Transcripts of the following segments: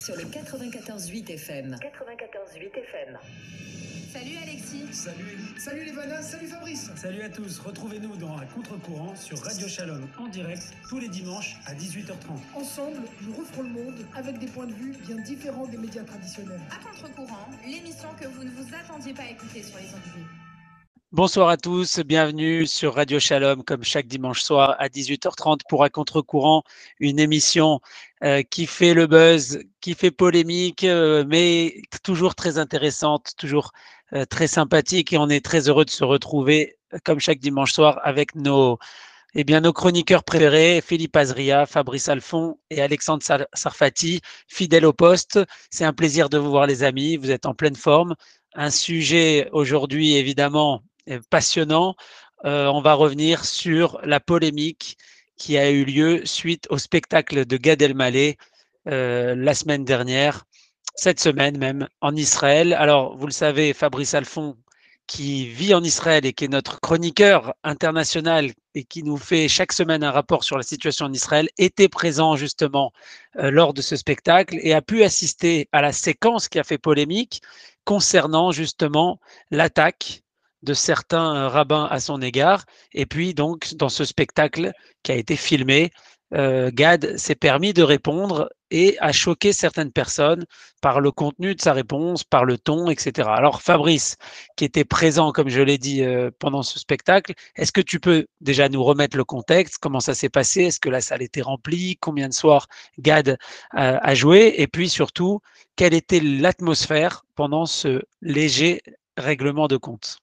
Sur le 94.8 FM. 94.8 FM. Salut Alexis. Salut Elie. Salut Lévana. Salut Fabrice. Salut à tous. Retrouvez-nous dans À Contre-Courant sur Radio Shalom en direct tous les dimanches à 18h30. Ensemble, nous referons le monde avec des points de vue bien différents des médias traditionnels. À Contre-Courant, l'émission que vous ne vous attendiez pas à écouter sur les ondes du. Bonsoir à tous, bienvenue sur Radio Shalom comme chaque dimanche soir à 18h30 pour À Contre-Courant, une émission qui fait le buzz, qui fait polémique, mais toujours très intéressante, toujours très sympathique, et on est très heureux de se retrouver comme chaque dimanche soir avec nos chroniqueurs préférés, Philippe Azria, Fabrice Alphon et Alexandre Sarfati, fidèles au poste. C'est un plaisir de vous voir les amis, vous êtes en pleine forme. Un sujet aujourd'hui évidemment passionnant. On va revenir sur la polémique qui a eu lieu suite au spectacle de Gad Elmaleh la semaine dernière, cette semaine même, en Israël. Alors, vous le savez, Fabrice Alphon, qui vit en Israël et qui est notre chroniqueur international et qui nous fait chaque semaine un rapport sur la situation en Israël, était présent justement lors de ce spectacle et a pu assister à la séquence qui a fait polémique concernant justement l'attaque de certains rabbins à son égard. Et puis donc, dans ce spectacle qui a été filmé, Gad s'est permis de répondre et a choqué certaines personnes par le contenu de sa réponse, par le ton, etc. Alors Fabrice, qui était présent, comme je l'ai dit, pendant ce spectacle, est-ce que tu peux déjà nous remettre le contexte? Comment ça s'est passé? Est-ce que la salle était remplie? Combien de soirs Gad a joué? Et puis surtout, quelle était l'atmosphère pendant ce léger règlement de compte?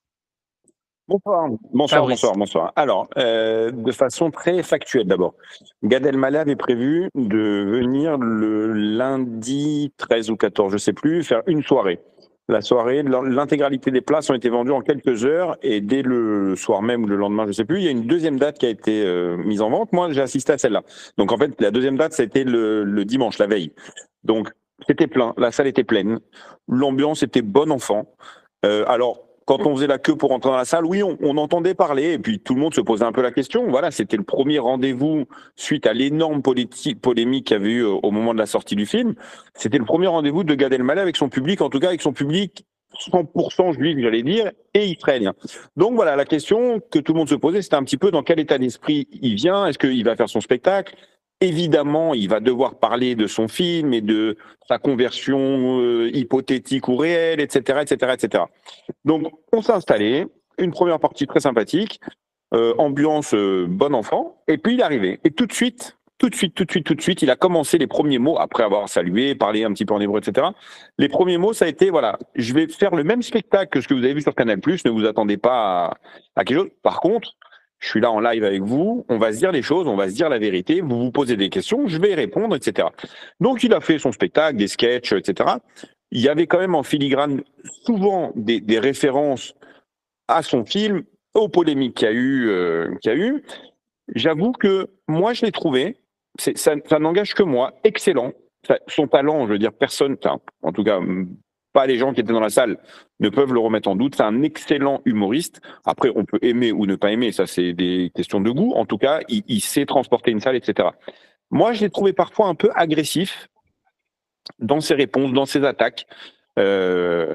Bonsoir. Alors, de façon très factuelle d'abord, Gad Elmaleh avait prévu de venir le lundi 13 ou 14, je sais plus, faire une soirée. La soirée, l'intégralité des places ont été vendues en quelques heures et dès le soir même ou le lendemain, je sais plus, il y a une deuxième date qui a été mise en vente. Moi, j'ai assisté à celle-là. Donc en fait, la deuxième date, ça a été le dimanche, la veille. Donc c'était plein, la salle était pleine, l'ambiance était bon enfant. Alors, quand on faisait la queue pour entrer dans la salle, oui, on entendait parler et puis tout le monde se posait un peu la question. Voilà, c'était le premier rendez-vous suite à l'énorme polémique qu'il y avait eu au moment de la sortie du film. C'était le premier rendez-vous de Gad Elmaleh avec son public, en tout cas avec son public 100% juif, j'allais dire, et israélien. Donc voilà, la question que tout le monde se posait, c'était un petit peu dans quel état d'esprit il vient, est-ce qu'il va faire son spectacle? Évidemment, il va devoir parler de son film et de sa conversion hypothétique ou réelle, etc., etc., etc. Donc, on s'est installé, une première partie très sympathique, ambiance bon enfant, et puis il est arrivé. Et tout de suite, il a commencé les premiers mots, après avoir salué, parlé un petit peu en hébreu, etc. Les premiers mots, ça a été, voilà, je vais faire le même spectacle que ce que vous avez vu sur Canal+, ne vous attendez pas à quelque chose. Par contre, je suis là en live avec vous, on va se dire les choses, on va se dire la vérité, vous vous posez des questions, je vais y répondre, etc. Donc il a fait son spectacle, des sketchs, etc. Il y avait quand même en filigrane souvent des références à son film, aux polémiques qu'il y a eu. J'avoue que moi je l'ai trouvé, ça n'engage que moi, excellent. Son talent, je veux dire, personne, en tout cas pas les gens qui étaient dans la salle, ne peuvent le remettre en doute. C'est un excellent humoriste. Après, on peut aimer ou ne pas aimer, ça c'est des questions de goût. En tout cas, il sait transporter une salle, etc. Moi, je l'ai trouvé parfois un peu agressif dans ses réponses, dans ses attaques. Je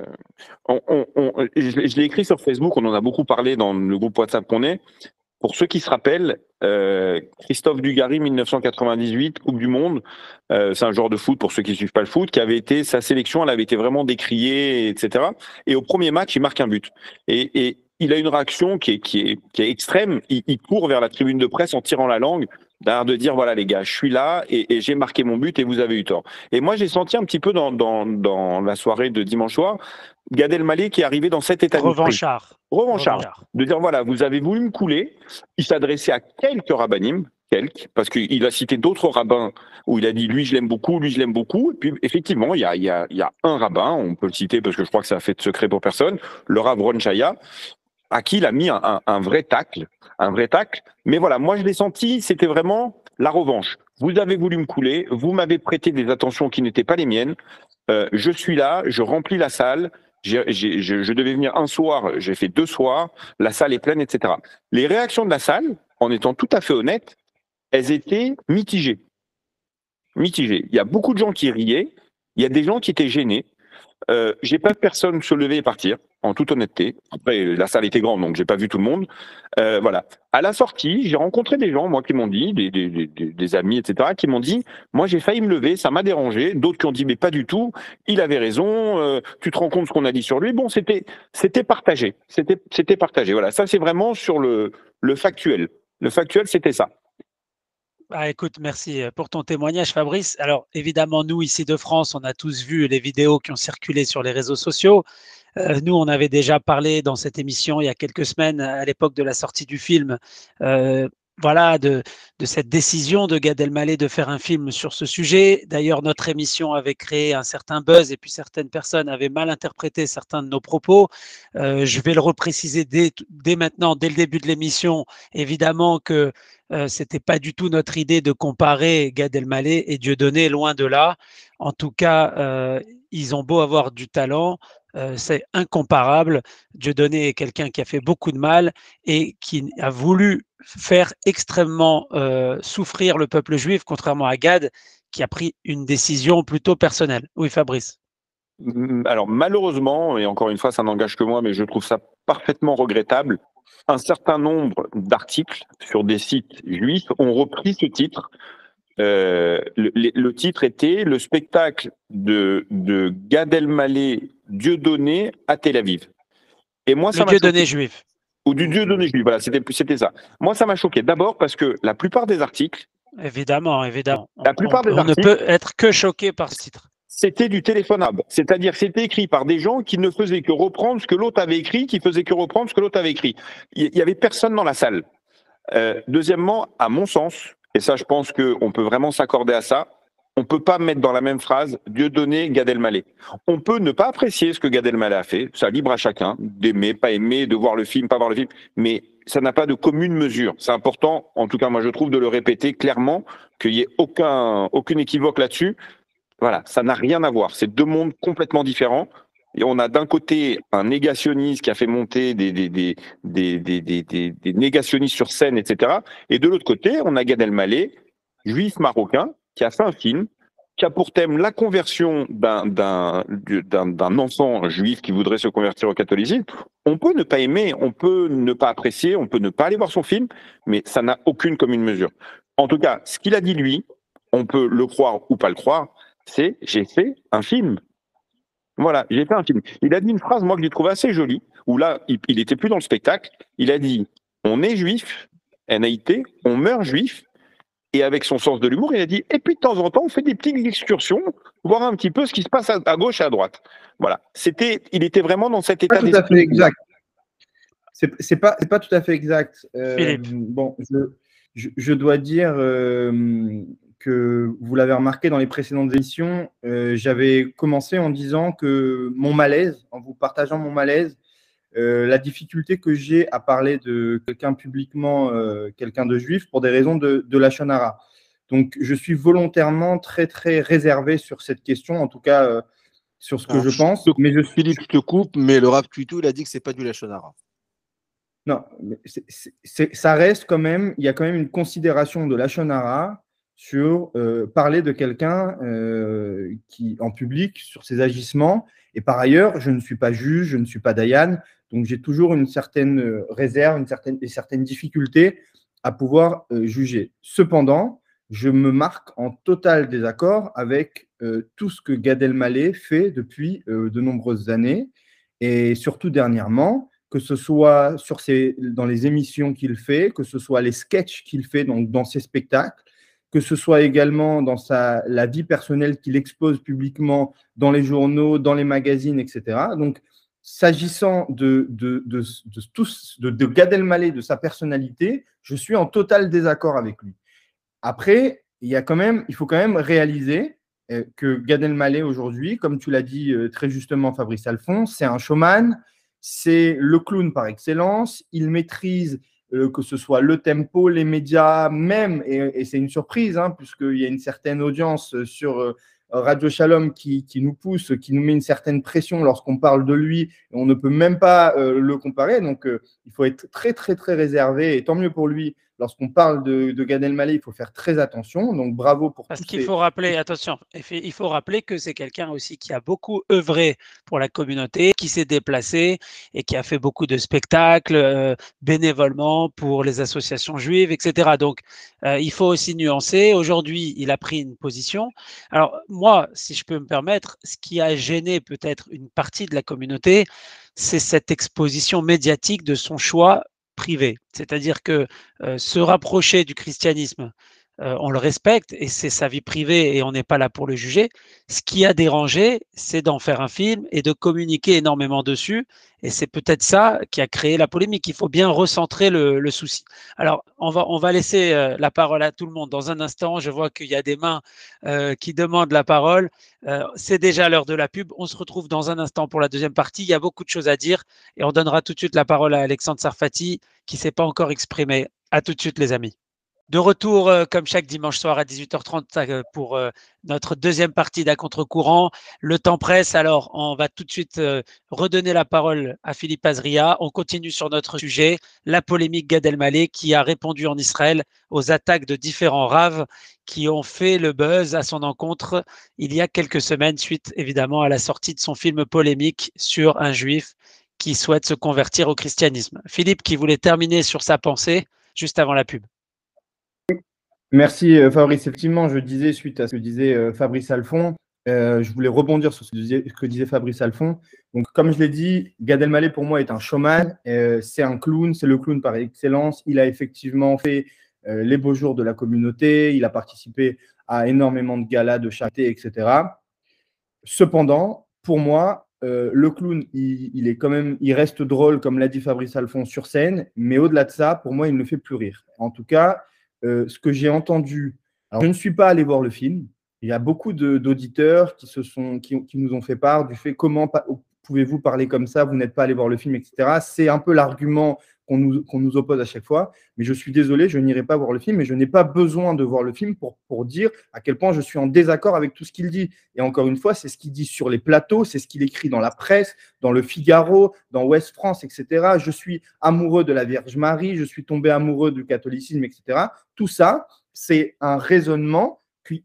l'ai écrit sur Facebook, on en a beaucoup parlé dans le groupe WhatsApp qu'on est. Pour ceux qui se rappellent, Christophe Dugarry, 1998, Coupe du Monde, c'est un joueur de foot pour ceux qui ne suivent pas le foot, qui avait été, sa sélection, elle avait été vraiment décriée, etc. Et au premier match, il marque un but. Et il a une réaction qui est extrême. Il court vers la tribune de presse en tirant la langue, d'ailleurs de dire voilà les gars, je suis là et j'ai marqué mon but et vous avez eu tort. Et moi, j'ai senti un petit peu dans la soirée de dimanche soir, Gad Elmaleh qui est arrivé dans cet état d'esprit. Revanchard. De dire, voilà, vous avez voulu me couler. Il s'adressait à quelques rabbinim, parce qu'il a cité d'autres rabbins où il a dit, lui, je l'aime beaucoup, lui, je l'aime beaucoup. Et puis, effectivement, il y a un rabbin, on peut le citer parce que je crois que ça a fait de secret pour personne, le Rav Ron Chaya, à qui il a mis un vrai tacle. Mais voilà, moi, je l'ai senti, c'était vraiment la revanche. Vous avez voulu me couler, vous m'avez prêté des attentions qui n'étaient pas les miennes. Je suis là, je remplis la salle. Je devais venir un soir, j'ai fait 2 soirs, la salle est pleine, etc. Les réactions de la salle, en étant tout à fait honnête, elles étaient mitigées. Il y a beaucoup de gens qui riaient, Il y a des gens qui étaient gênés. J'ai pas vu personne se lever et partir, en toute honnêteté. Après, la salle était grande, donc j'ai pas vu tout le monde. Voilà. À la sortie, j'ai rencontré des gens, moi, qui m'ont dit, des amis, etc., qui m'ont dit, moi, j'ai failli me lever, ça m'a dérangé. D'autres qui ont dit, mais pas du tout, il avait raison, tu te rends compte de ce qu'on a dit sur lui. Bon, c'était partagé. C'était partagé. Voilà. Ça, c'est vraiment sur le factuel. Le factuel, c'était ça. Ah, écoute, merci pour ton témoignage, Fabrice. Alors, évidemment, nous, ici de France, on a tous vu les vidéos qui ont circulé sur les réseaux sociaux. Nous, on avait déjà parlé dans cette émission il y a quelques semaines, à l'époque de la sortie du film, voilà, de cette décision de Gad Elmaleh de faire un film sur ce sujet. D'ailleurs, notre émission avait créé un certain buzz et puis certaines personnes avaient mal interprété certains de nos propos. Je vais le repréciser dès maintenant, dès le début de l'émission, évidemment que c'était pas du tout notre idée de comparer Gad Elmaleh et Dieudonné, loin de là. En tout cas, ils ont beau avoir du talent, c'est incomparable. Dieudonné est quelqu'un qui a fait beaucoup de mal et qui a voulu faire extrêmement souffrir le peuple juif, contrairement à Gad, qui a pris une décision plutôt personnelle. Oui, Fabrice. Alors malheureusement, et encore une fois, ça n'engage que moi, mais je trouve ça parfaitement regrettable, un certain nombre d'articles sur des sites juifs ont repris ce titre. Le titre était le spectacle de Gad Elmaleh Dieudonné à Tel Aviv. Et moi, ça le Dieudonné juif. Ou du Dieudonné juif, voilà, c'était ça. Moi, ça m'a choqué. D'abord parce que la plupart des articles, évidemment. La plupart des on articles, ne peut être que choqué par ce titre. C'était du téléphone arabe. C'est-à-dire que c'était écrit par des gens qui ne faisaient que reprendre ce que l'autre avait écrit, qui faisaient que reprendre ce que l'autre avait écrit. Il y avait personne dans la salle. Deuxièmement, à mon sens, et ça, je pense qu'on peut vraiment s'accorder à ça, on ne peut pas mettre dans la même phrase Dieudonné, Gad Elmaleh. On peut ne pas apprécier ce que Gad Elmaleh a fait, ça libre à chacun d'aimer, pas aimer, de voir le film, pas voir le film, mais ça n'a pas de commune mesure. C'est important, en tout cas moi je trouve, de le répéter clairement, qu'il n'y ait aucune équivoque là-dessus. Voilà, ça n'a rien à voir. C'est deux mondes complètement différents. Et on a d'un côté un négationniste qui a fait monter des négationnistes sur scène, etc. Et de l'autre côté, on a Gad Elmaleh, juif marocain, qui a fait un film qui a pour thème la conversion d'un enfant juif qui voudrait se convertir au catholicisme. On peut ne pas aimer, on peut ne pas apprécier, on peut ne pas aller voir son film, mais ça n'a aucune commune mesure. En tout cas, ce qu'il a dit lui, on peut le croire ou pas le croire, c'est « j'ai fait un film ». Voilà, j'ai fait un film. Il a dit une phrase, moi, que j'ai trouvé assez jolie, où là, il était plus dans le spectacle. Il a dit « on est juif, NAIT, on meurt juif ». Et avec son sens de l'humour, il a dit « et puis de temps en temps, on fait des petites excursions, voir un petit peu ce qui se passe à gauche et à droite ». Voilà, il était vraiment dans cet état d'esprit. Pas tout à fait exact. C'est pas tout à fait exact. Bon, je dois dire que vous l'avez remarqué dans les précédentes émissions, j'avais commencé en disant que mon malaise, en vous partageant mon malaise, la difficulté que j'ai à parler de quelqu'un publiquement, quelqu'un de juif, pour des raisons de lachon hara. Donc, je suis volontairement très, très réservé sur cette question, en tout cas sur ce que je pense. Philippe, je te coupe, mais le Rav Tuitou, il a dit que ce n'est pas du lachon hara. Non, mais ça reste quand même, il y a quand même une considération de lachon hara sur parler de quelqu'un qui en public, sur ses agissements. Et par ailleurs, je ne suis pas juge, je ne suis pas dayan, donc j'ai toujours une certaine réserve, une certaine difficulté à pouvoir juger. Cependant, je me marque en total désaccord avec tout ce que Gad Elmaleh fait depuis de nombreuses années, et surtout dernièrement, que ce soit dans les émissions qu'il fait, que ce soit les sketchs qu'il fait dans ses spectacles, que ce soit également dans la vie personnelle qu'il expose publiquement dans les journaux, dans les magazines, etc. Donc, s'agissant de Gad Elmaleh, de sa personnalité, je suis en total désaccord avec lui. Après, il faut quand même réaliser que Gad Elmaleh aujourd'hui, comme tu l'as dit très justement Fabrice Alphonse, c'est un showman, c'est le clown par excellence, il maîtrise que ce soit le tempo, les médias même, et c'est une surprise, hein, puisqu'il y a une certaine audience sur Radio Shalom qui nous pousse, qui nous met une certaine pression lorsqu'on parle de lui, et on ne peut même pas le comparer, donc il faut être très très très réservé, et tant mieux pour lui lorsqu'on parle de Gad Elmaleh, il faut faire très attention. Donc, bravo pour Parce tous qu'il ces... faut rappeler, attention, il faut rappeler que c'est quelqu'un aussi qui a beaucoup œuvré pour la communauté, qui s'est déplacé et qui a fait beaucoup de spectacles bénévolement pour les associations juives, etc. Donc, il faut aussi nuancer. Aujourd'hui, il a pris une position. Alors, moi, si je peux me permettre, ce qui a gêné peut-être une partie de la communauté, c'est cette exposition médiatique de son choix privé. C'est-à-dire que se rapprocher du christianisme, on le respecte et c'est sa vie privée et on n'est pas là pour le juger. Ce qui a dérangé, c'est d'en faire un film et de communiquer énormément dessus. Et c'est peut-être ça qui a créé la polémique. Il faut bien recentrer le souci. Alors, on va laisser la parole à tout le monde dans un instant. Je vois qu'il y a des mains qui demandent la parole. C'est déjà l'heure de la pub. On se retrouve dans un instant pour la deuxième partie. Il y a beaucoup de choses à dire et on donnera tout de suite la parole à Alexandre Sarfati qui ne s'est pas encore exprimé. À tout de suite, les amis. De retour, comme chaque dimanche soir à 18h30 pour notre deuxième partie d'À contre-courant. Le temps presse, alors on va tout de suite redonner la parole à Philippe Azria. On continue sur notre sujet, la polémique Gad Elmaleh qui a répondu en Israël aux attaques de différents raves qui ont fait le buzz à son encontre il y a quelques semaines, suite évidemment à la sortie de son film polémique sur un juif qui souhaite se convertir au christianisme. Philippe qui voulait terminer sur sa pensée juste avant la pub. Merci Fabrice. Effectivement, je disais, suite à ce que disait Fabrice Alphon, je voulais rebondir sur ce que disait Fabrice Alphon. Donc, comme je l'ai dit, Gad Elmaleh pour moi est un showman, c'est un clown, c'est le clown par excellence. Il a effectivement fait les beaux jours de la communauté, il a participé à énormément de galas, de charité, etc. Cependant, pour moi, le clown, il reste drôle, comme l'a dit Fabrice Alphon, sur scène, mais au-delà de ça, pour moi, il ne fait plus rire. En tout cas, ce que j'ai entendu, alors je ne suis pas allé voir le film. Il y a beaucoup d'auditeurs qui nous ont fait part du fait comment pouvez-vous parler comme ça, vous n'êtes pas allé voir le film, etc. C'est un peu l'argument qu'on nous oppose à chaque fois. Mais je suis désolé, je n'irai pas voir le film et je n'ai pas besoin de voir le film pour dire à quel point je suis en désaccord avec tout ce qu'il dit. Et encore une fois, c'est ce qu'il dit sur les plateaux, c'est ce qu'il écrit dans la presse, dans Le Figaro, dans Ouest France, etc. Je suis amoureux de la Vierge Marie, je suis tombé amoureux du catholicisme, etc. Tout ça, c'est un raisonnement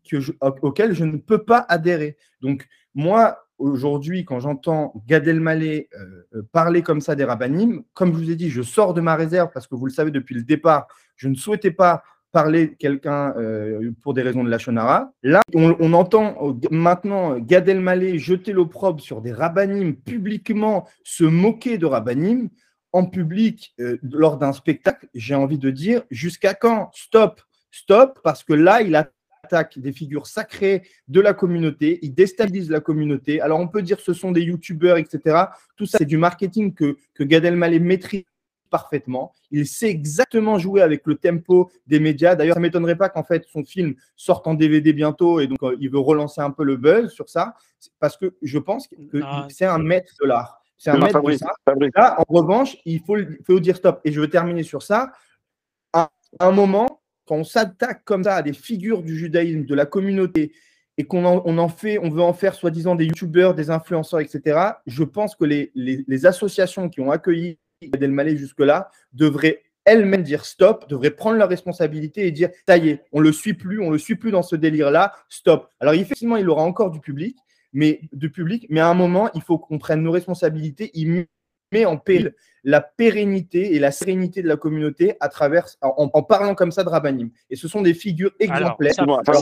auquel je ne peux pas adhérer. Donc, moi, aujourd'hui, quand j'entends Gad Elmaleh parler comme ça des rabbinim, comme je vous ai dit, je sors de ma réserve parce que vous le savez depuis le départ, je ne souhaitais pas parler de quelqu'un pour des raisons de lachon hara. Là, on entend maintenant Gad Elmaleh jeter l'opprobre sur des rabbinim, publiquement se moquer de rabbinim en public lors d'un spectacle. J'ai envie de dire, jusqu'à quand? Stop, stop, parce que là, il attaque des figures sacrées de la communauté, il déstabilise la communauté. Alors, on peut dire que ce sont des youtubeurs, etc. Tout ça, c'est du marketing que Gad Elmaleh maîtrise parfaitement. Il sait exactement jouer avec le tempo des médias. D'ailleurs, ça ne m'étonnerait pas qu'en fait, son film sorte en DVD bientôt et donc il veut relancer un peu le buzz sur ça parce que je pense que c'est un maître de l'art. C'est un maître de ça. Là, en revanche, il faut dire stop. Et je veux terminer sur ça. À un moment, quand on s'attaque comme ça à des figures du judaïsme, de la communauté, et on veut en faire soi-disant des youtubeurs, des influenceurs, etc., je pense que les associations qui ont accueilli Gad Elmaleh jusque-là devraient elles-mêmes dire stop, devraient prendre leurs responsabilités et dire ça y est, on ne le suit plus dans ce délire-là, stop. Alors effectivement, il aura encore du public, mais à un moment, il faut qu'on prenne nos responsabilités. Il met en péril la pérennité et la sérénité de la communauté en parlant comme ça de rabbinim. Et ce sont des figures exemplaires.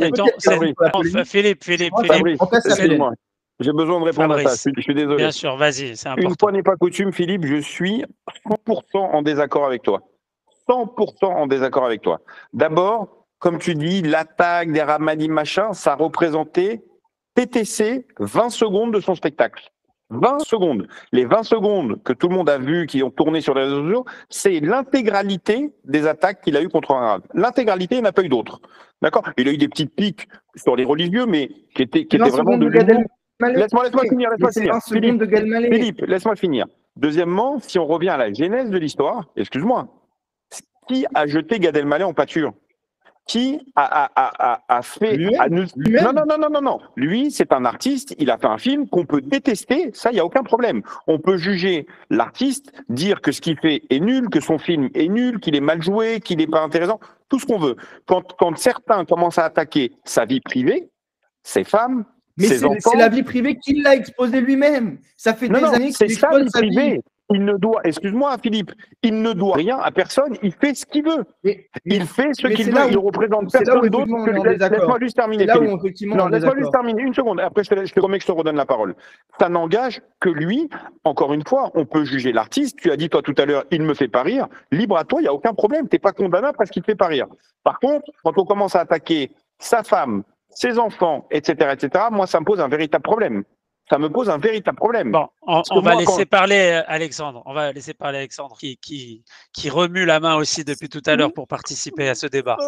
Philippe, j'ai besoin de répondre à ça. Je suis désolé. Bien sûr, vas-y, c'est important. Une fois n'est pas coutume, Philippe, je suis 100% en désaccord avec toi. 100% en désaccord avec toi. D'abord, comme tu dis, l'attaque des rabbinim machin, ça représentait PTC 20 secondes de son spectacle. 20 secondes. Les 20 secondes que tout le monde a vues, qui ont tourné sur les réseaux sociaux, c'est l'intégralité des attaques qu'il a eues contre un rave. L'intégralité, il n'y en a pas eu d'autres. D'accord? Il a eu des petites piques sur les religieux, mais qui étaient vraiment de l'humour. Laisse-moi finir. Philippe, laisse-moi finir. Deuxièmement, si on revient à la genèse de l'histoire, excuse-moi, qui a jeté Gad Elmaleh en pâture? qui a fait... Non. Lui, c'est un artiste, il a fait un film qu'on peut détester, ça, il n'y a aucun problème. On peut juger l'artiste, dire que ce qu'il fait est nul, que son film est nul, qu'il est mal joué, qu'il n'est pas intéressant, tout ce qu'on veut. Quand certains commencent à attaquer sa vie privée, ses femmes, Mais ses enfants... c'est la vie privée qu'il l'a exposée lui-même. Ça fait des années c'est qu'il sa expose vie sa vie. privée. Il ne doit, excuse-moi Philippe, il ne doit rien à personne, il fait ce qu'il veut. Il fait ce qu'il veut, il représente personne d'autre que... Laisse-moi juste terminer. C'est là où Philippe. effectivement Non, on est laisse-moi d'accord. juste terminer une seconde, après je te promets que je te redonne la parole. Ça n'engage que lui, encore une fois, on peut juger l'artiste, tu as dit toi tout à l'heure, il ne me fait pas rire, libre à toi, il n'y a aucun problème, tu n'es pas condamnable parce qu'il ne te fait pas rire. Par contre, quand on commence à attaquer sa femme, ses enfants, etc., moi ça me pose un véritable problème. Ça me pose un véritable problème. Bon, on va laisser parler Alexandre. On va laisser parler Alexandre qui remue la main aussi depuis tout à l'heure pour participer à ce débat.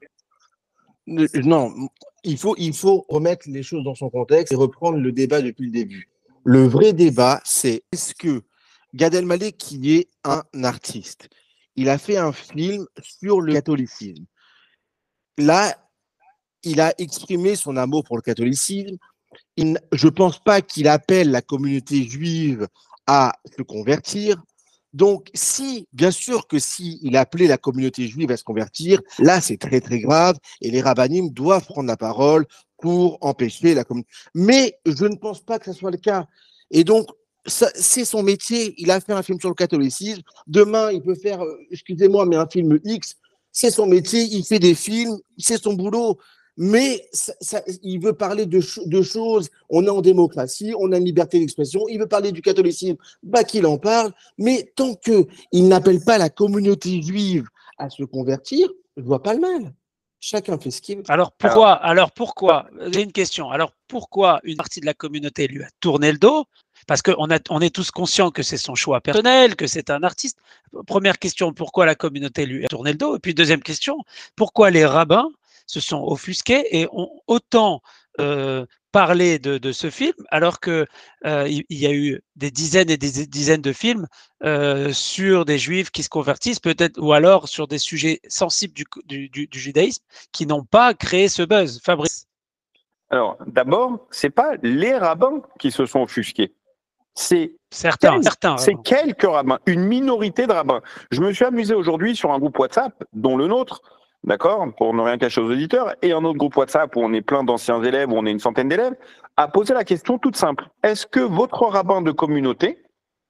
Non, il faut remettre les choses dans son contexte et reprendre le débat depuis le début. Le vrai débat, c'est est-ce que Gad Elmaleh, qui est un artiste, il a fait un film sur le catholicisme. Là, il a exprimé son amour pour le catholicisme. Je ne pense pas qu'il appelle la communauté juive à se convertir. Donc, bien sûr que il appelait la communauté juive à se convertir, là, c'est très, très grave et les rabbinim doivent prendre la parole pour empêcher la communauté. Mais je ne pense pas que ce soit le cas. Et donc, c'est son métier. Il a fait un film sur le catholicisme. Demain, il peut faire, excusez-moi, mais un film X. C'est son métier. Il fait des films. C'est son boulot. Mais il veut parler de choses. On est en démocratie, on a une liberté d'expression. Il veut parler du catholicisme, qu'il en parle. Mais tant qu'il n'appelle pas la communauté juive à se convertir, je ne vois pas le mal. Chacun fait ce qu'il veut. Alors pourquoi j'ai une question. Alors pourquoi une partie de la communauté lui a tourné le dos? Parce qu'on est tous conscients que c'est son choix personnel, que c'est un artiste. Première question, pourquoi la communauté lui a tourné le dos? Et puis deuxième question, pourquoi les rabbins se sont offusqués et ont autant parlé de ce film, alors qu'il y a eu des dizaines et des dizaines de films sur des juifs qui se convertissent, peut-être, ou alors sur des sujets sensibles du judaïsme qui n'ont pas créé ce buzz. Fabrice? Alors, d'abord, ce n'est pas les rabbins qui se sont offusqués. C'est certains c'est quelques rabbins, une minorité de rabbins. Je me suis amusé aujourd'hui sur un groupe WhatsApp, dont le nôtre, d'accord, pour ne rien cacher aux auditeurs, et un autre groupe WhatsApp où on est plein d'anciens élèves, où on est une centaine d'élèves, a posé la question toute simple. Est-ce que votre rabbin de communauté,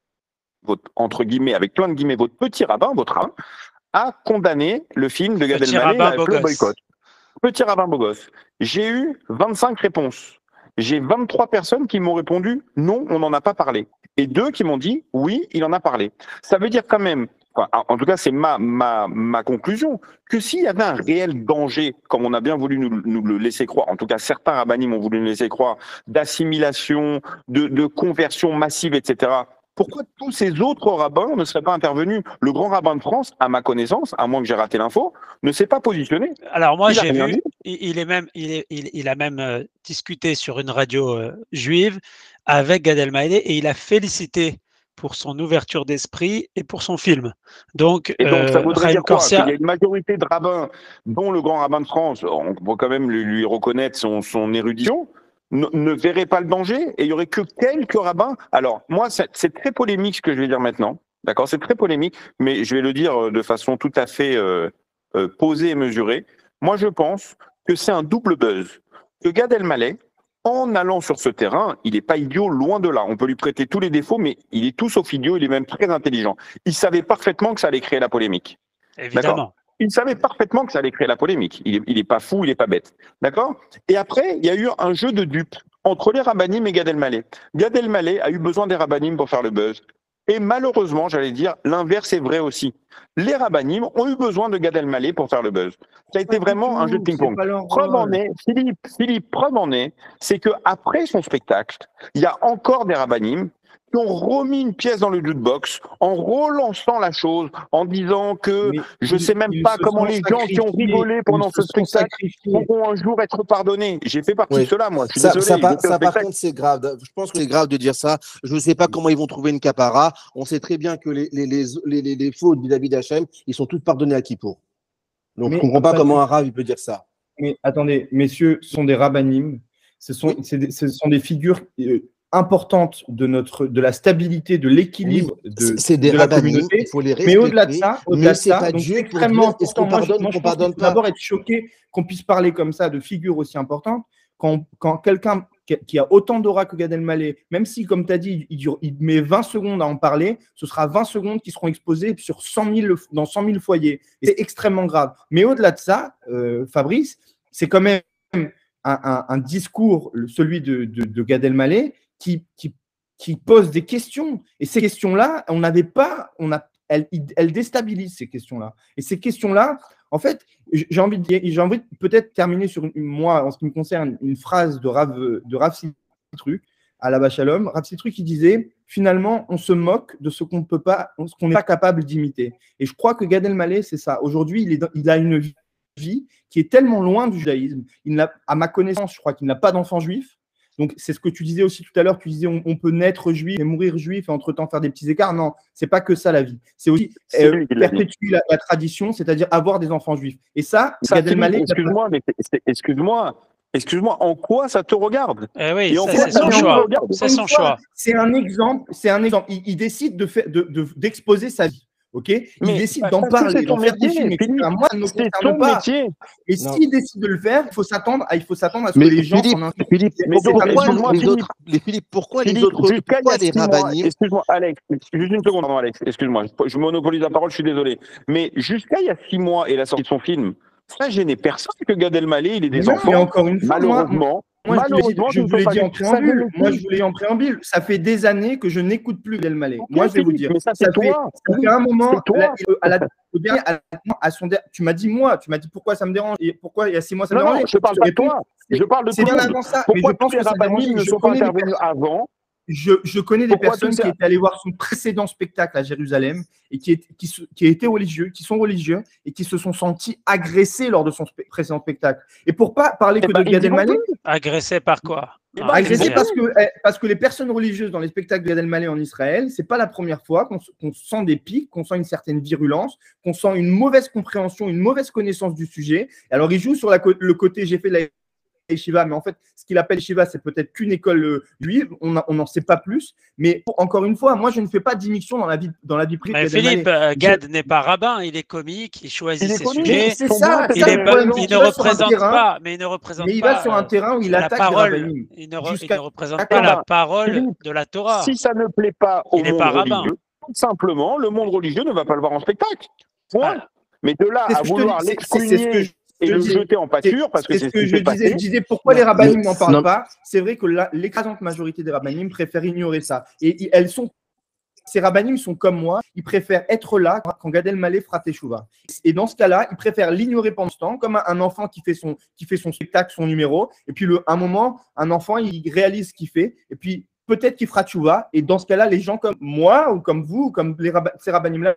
entre guillemets, avec plein de guillemets, votre petit rabbin, a condamné le film de Gad Elmaleh avec le boycott? Petit rabbin beau gosse. J'ai eu 25 réponses. J'ai 23 personnes qui m'ont répondu « non, on n'en a pas parlé ». Et 2 qui m'ont dit « oui, il en a parlé ». Ça veut dire quand même, en tout cas c'est ma conclusion, que s'il y avait un réel danger, comme on a bien voulu nous le laisser croire, en tout cas certains rabbinim ont voulu nous laisser croire, d'assimilation, de conversion massive, etc., pourquoi tous ces autres rabbins ne seraient pas intervenus? Le grand rabbin de France, à ma connaissance, à moins que j'ai raté l'info, ne s'est pas positionné. Alors moi j'ai vu, il a même discuté sur une radio juive avec Gad Elmaleh et il a félicité pour son ouverture d'esprit et pour son film. Donc ça voudrait dire quoi? Qu'il y a une majorité de rabbins, dont le grand rabbin de France, on peut quand même lui reconnaître son érudition, ne verrait pas le danger et il n'y aurait que quelques rabbins. Alors, moi, c'est très polémique ce que je vais dire maintenant. D'accord, c'est très polémique, mais je vais le dire de façon tout à fait posée et mesurée. Moi, je pense que c'est un double buzz. Que Gad Elmaleh, en allant sur ce terrain, il n'est pas idiot, loin de là. On peut lui prêter tous les défauts, mais il est tout sauf idiot, il est même très intelligent. Il savait parfaitement que ça allait créer la polémique. Évidemment. Il savait parfaitement que ça allait créer la polémique. Il est pas fou, il n'est pas bête. D'accord? Et après, il y a eu un jeu de dupes entre les rabbinim et Gad Elmaleh. Gad Elmaleh a eu besoin des rabbinim pour faire le buzz. Et malheureusement, j'allais dire, l'inverse est vrai aussi. Les rabbinim ont eu besoin de Gad Elmaleh pour faire le buzz. Ça a été vraiment un jeu de ping-pong. Preuve en est, Philippe, preuve en est, c'est qu'après son spectacle, il y a encore des rabbinim qui ont remis une pièce dans le jukebox en relançant la chose, en disant que je ne sais même pas comment les gens qui ont rigolé pendant ce spectacle pourront un jour être pardonnés. J'ai fait partie de cela, moi. Je suis désolé. Par contre, c'est grave. Je pense que c'est grave de dire ça. Je ne sais pas comment ils vont trouver une capara. On sait très bien que les fautes vis-à-vis d'Hachem, ils sont toutes pardonnés à Kippour. Donc, je Mais ne comprends pas pas comment du- un Rav il peut dire ça. Mais attendez, messieurs, ce sont des rabbinim. Ce sont des figures importantes de la stabilité, de l'équilibre C'est des de la rabbinim, communauté. il faut les Mais au-delà de respecter, ça, mais c'est pas donc Dieu c'est pour extrêmement dire est-ce qu'on important. pardonne ou Moi, qu'on je pense qu'il pardonne faut pas. d'abord être choqué qu'on puisse parler comme ça de figures aussi importantes quand quelqu'un qui a autant d'aura que Gad Elmaleh, même si, comme tu as dit, il met 20 secondes à en parler, ce sera 20 secondes qui seront exposées sur dans 100 000 foyers. Et c'est extrêmement grave. Mais au-delà de ça, Fabrice, c'est quand même un discours, celui de Gad Elmaleh, qui pose des questions. Et ces questions-là, elles déstabilisent ces questions-là. Et ces questions-là, en fait, j'ai envie de peut-être terminer sur moi, en ce qui me concerne, une phrase de Rav Citruc à la Shalom. Rav Citruc qui disait finalement, on se moque de ce qu'on n'est pas capable d'imiter. Et je crois que Gad Elmaleh, c'est ça. Aujourd'hui, il a une vie qui est tellement loin du judaïsme. À ma connaissance, je crois qu'il n'a pas d'enfant juif. Donc, c'est ce que tu disais aussi tout à l'heure. Tu disais on peut naître juif et mourir juif et entre-temps faire des petits écarts. Non, c'est pas que ça la vie. C'est aussi perpétuer la tradition, c'est-à-dire avoir des enfants juifs. Et ça, Gad Elmaleh… Excuse-moi, en quoi ça te regarde? Oui, c'est son choix. C'est son choix. C'est un exemple. Il décide d'exposer sa vie. Ok, il décide d'en parler, d'en faire des films, etc. Moi, ça ne me concerne pas. Métier. Et s'il décide de le faire, il faut s'attendre à ce que Mais les gens Philippe, s'en inspirent. pourquoi les rabbinim… Excuse-moi, Alex, juste une seconde, Alex, excuse-moi, je monopolise la parole, je suis désolé. Mais jusqu'à il y a 6 mois et la sortie de son film, ça gênait personne que Gad Elmaleh, il ait des enfants. Mais encore une fois, malheureusement, je vous l'ai dit en préambule. Moi, je vous l'ai dit en préambule. Ça fait des années que je n'écoute plus Gad Elmaleh. Moi, je vais vous dire. Mais ça fait un moment. Tu m'as dit pourquoi ça me dérange et pourquoi il y a 6 mois ça me dérange. Je parle pas de toi. Je parle de c'est bien avant ça. Pourquoi mais je pense que les rabbinim ne sont pas intervenus avant? Je connais des personnes qui étaient allées voir son précédent spectacle à Jérusalem et qui sont religieux et qui se sont sentis agressés lors de son précédent spectacle. Et pour pas parler que de Gad Elmaleh… Agressés par quoi? Agressés parce que les personnes religieuses dans les spectacles de Gad Elmaleh en Israël, c'est pas la première fois qu'on sent des pics, qu'on sent une certaine virulence, qu'on sent une mauvaise compréhension, une mauvaise connaissance du sujet. Alors, il joue sur le côté « j'ai fait de la Yeshiva », mais en fait, ce qu'il appelle Yeshiva, c'est peut-être qu'une école juive, on n'en sait pas plus. Mais encore une fois, moi, je ne fais pas d'immixtion dans la vie privée. Mais Philippe, Gad n'est pas rabbin, il est comique, il choisit ses sujets. C'est ça, il ne représente pas, mais il va sur un terrain où il attaque la parole. les rabbinim. Il ne représente pas la parole de la Torah. Si ça ne plaît pas au monde religieux, tout simplement, le monde religieux ne va pas le voir en spectacle. Point. Mais de là à vouloir l'excommunier et le jeter en pâture, parce que c'est ce que je disais. Pourquoi les rabbinim n'en parlent pas? C'est vrai que l'écrasante majorité des rabbinim préfèrent ignorer ça. Et ces rabbinim sont comme moi, ils préfèrent être là quand Gad Elmaleh fera teshuva. Et dans ce cas-là, ils préfèrent l'ignorer pendant ce temps, comme un enfant qui fait son spectacle, son numéro. Et puis, un moment, un enfant, il réalise ce qu'il fait. Et puis, peut-être qu'il fera teshuva. Et dans ce cas-là, les gens comme moi, ou comme vous, ou comme ces rabbinim-là,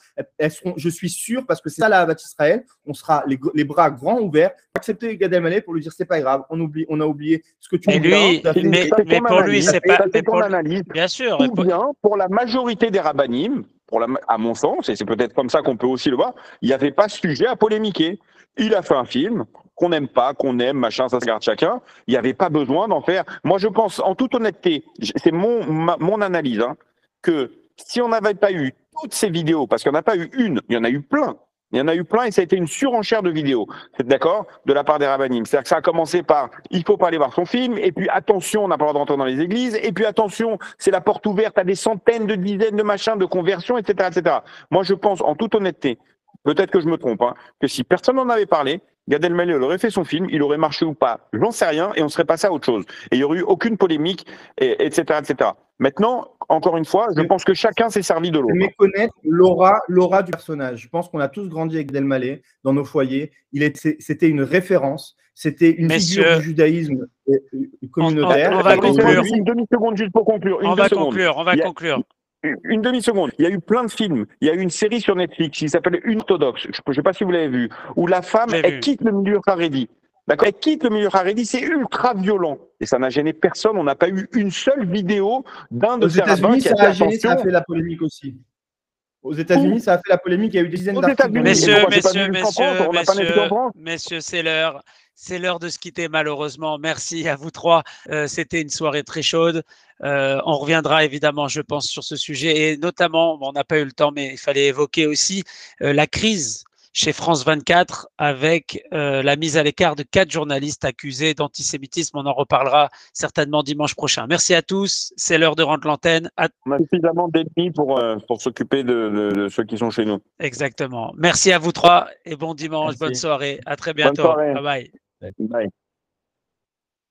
je suis sûr, parce que c'est ça la Havat Israël, on sera les bras grands ouverts, accepter Gad Elmaleh pour lui dire c'est pas grave, on a oublié ce que tu dis. Mais pour lui, c'est pas ton analyse. Bien sûr. Ou bien, pour la majorité des rabbinim, à mon sens, et c'est peut-être comme ça qu'on peut aussi le voir, il n'y avait pas sujet à polémiquer. Il a fait un film, qu'on n'aime pas, qu'on aime, machin, ça se regarde chacun. Il n'y avait pas besoin d'en faire. Moi, je pense, en toute honnêteté, c'est mon analyse, que si on n'avait pas eu toutes ces vidéos, parce qu'il n'y en a pas eu une, il y en a eu plein. Il y en a eu plein et ça a été une surenchère de vidéos. Vous êtes d'accord? De la part des rabbinim. C'est-à-dire que ça a commencé par il ne faut pas aller voir son film, et puis attention, on n'a pas le droit d'entrer dans les églises, et puis attention, c'est la porte ouverte à des centaines, de dizaines de machins, de conversions, etc., etc. Moi, je pense, en toute honnêteté, peut-être que je me trompe, que si personne n'en avait parlé, Gad Elmaleh aurait fait son film, il aurait marché ou pas, j'en sais rien, et on serait passé à autre chose. Et il n'y aurait eu aucune polémique, etc., etc. Maintenant, encore une fois, je pense que chacun s'est servi de l'autre. Mais connaître l'aura du personnage. Je pense qu'on a tous grandi avec Gad Elmaleh dans nos foyers. C'était une référence, c'était une figure du judaïsme communautaire. On va conclure. Une demi-seconde juste pour conclure. On va conclure. Une demi-seconde. Il y a eu plein de films. Il y a eu une série sur Netflix qui s'appelle Orthodoxe. Je ne sais pas si vous l'avez vu. Où la femme, elle quitte le milieu haredi. D'accord, elle quitte le milieu haredi. C'est ultra violent. Et ça n'a gêné personne. On n'a pas eu une seule vidéo d'un de ces rabbins qui a fait attention. Ça a fait la polémique aussi. Aux États-Unis, ça a fait la polémique. Il y a eu des dizaines Aux d'articles. États-Unis. Messieurs, pourquoi c'est pas venu jusqu'en France? On n'a pas investi en France. messieurs, c'est l'heure. C'est l'heure de se quitter malheureusement. Merci à vous trois. C'était une soirée très chaude. On reviendra évidemment, je pense, sur ce sujet et notamment, on n'a pas eu le temps, mais il fallait évoquer aussi la crise chez France 24 avec la mise à l'écart de 4 journalistes accusés d'antisémitisme. On en reparlera certainement dimanche prochain. Merci à tous. C'est l'heure de rendre l'antenne. On a suffisamment d'ennemis pour s'occuper de ceux qui sont chez nous. Exactement. Merci à vous trois et bon dimanche, Merci. bonne soirée. À très bientôt. soirée. Bye bye. Bye.